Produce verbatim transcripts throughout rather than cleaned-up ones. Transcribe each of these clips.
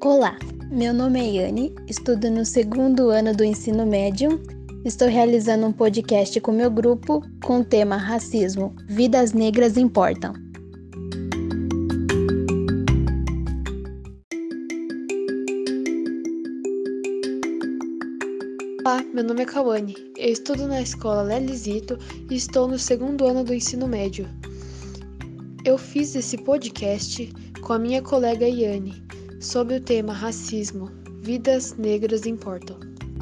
Olá, meu nome é Yane, estudo no segundo ano do ensino médio. Estou realizando um podcast com meu grupo com o tema Racismo, Vidas Negras Importam. Olá, meu nome é Cauane, eu estudo na escola Lelizito e estou no segundo ano do ensino médio. Eu fiz esse podcast com a minha colega Yane sobre o tema Racismo, Vidas Negras Importam.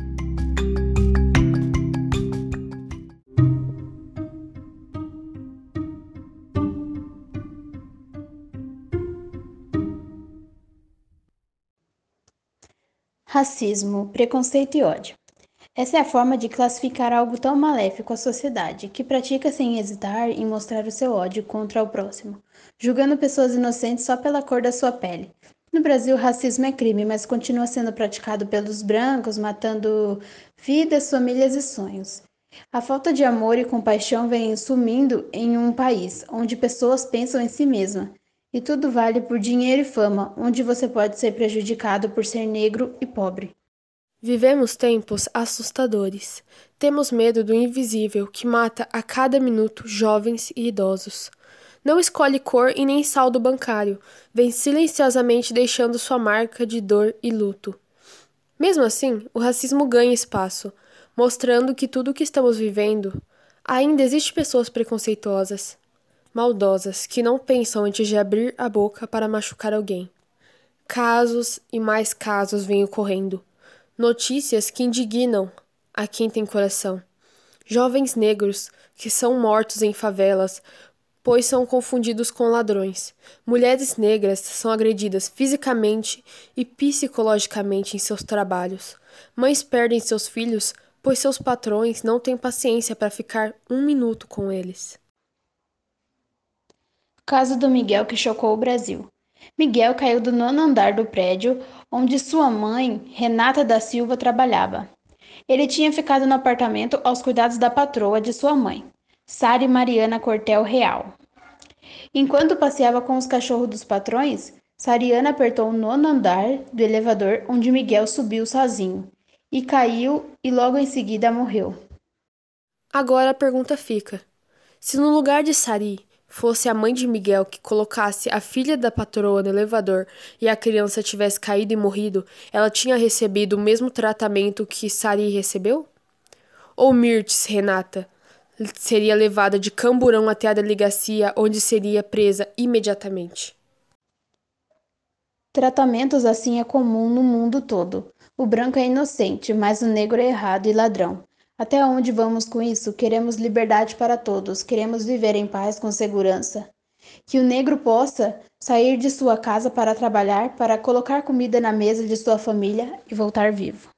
Racismo, preconceito e ódio. Essa é a forma de classificar algo tão maléfico à sociedade, que pratica sem hesitar em mostrar o seu ódio contra o próximo, julgando pessoas inocentes só pela cor da sua pele. No Brasil, racismo é crime, mas continua sendo praticado pelos brancos, matando vidas, famílias e sonhos. A falta de amor e compaixão vem sumindo em um país onde pessoas pensam em si mesmas. E tudo vale por dinheiro e fama, onde você pode ser prejudicado por ser negro e pobre. Vivemos tempos assustadores. Temos medo do invisível que mata a cada minuto jovens e idosos. Não escolhe cor e nem saldo bancário, vem silenciosamente deixando sua marca de dor e luto. Mesmo assim, o racismo ganha espaço, mostrando que tudo o que estamos vivendo, ainda existe pessoas preconceituosas, maldosas, que não pensam antes de abrir a boca para machucar alguém. Casos e mais casos vêm ocorrendo. Notícias que indignam a quem tem coração. Jovens negros que são mortos em favelas, pois são confundidos com ladrões. Mulheres negras são agredidas fisicamente e psicologicamente em seus trabalhos. Mães perdem seus filhos, pois seus patrões não têm paciência para ficar um minuto com eles. Caso do Miguel que chocou o Brasil. Miguel caiu do nono andar do prédio onde sua mãe, Renata da Silva, trabalhava. Ele tinha ficado no apartamento aos cuidados da patroa de sua mãe, Sara Mariana Cortel Real. Enquanto passeava com os cachorros dos patrões, Sariana apertou o nono andar do elevador onde Miguel subiu sozinho e caiu e logo em seguida morreu. Agora a pergunta fica: se no lugar de Sari fosse a mãe de Miguel que colocasse a filha da patroa no elevador e a criança tivesse caído e morrido, ela tinha recebido o mesmo tratamento que Sari recebeu? Ou Mirtes, Renata, seria levada de Camburão até a delegacia, onde seria presa imediatamente? Tratamentos assim é comum no mundo todo. O branco é inocente, mas o negro é errado e ladrão. Até onde vamos com isso? Queremos liberdade para todos, queremos viver em paz com segurança. Que o negro possa sair de sua casa para trabalhar, para colocar comida na mesa de sua família e voltar vivo.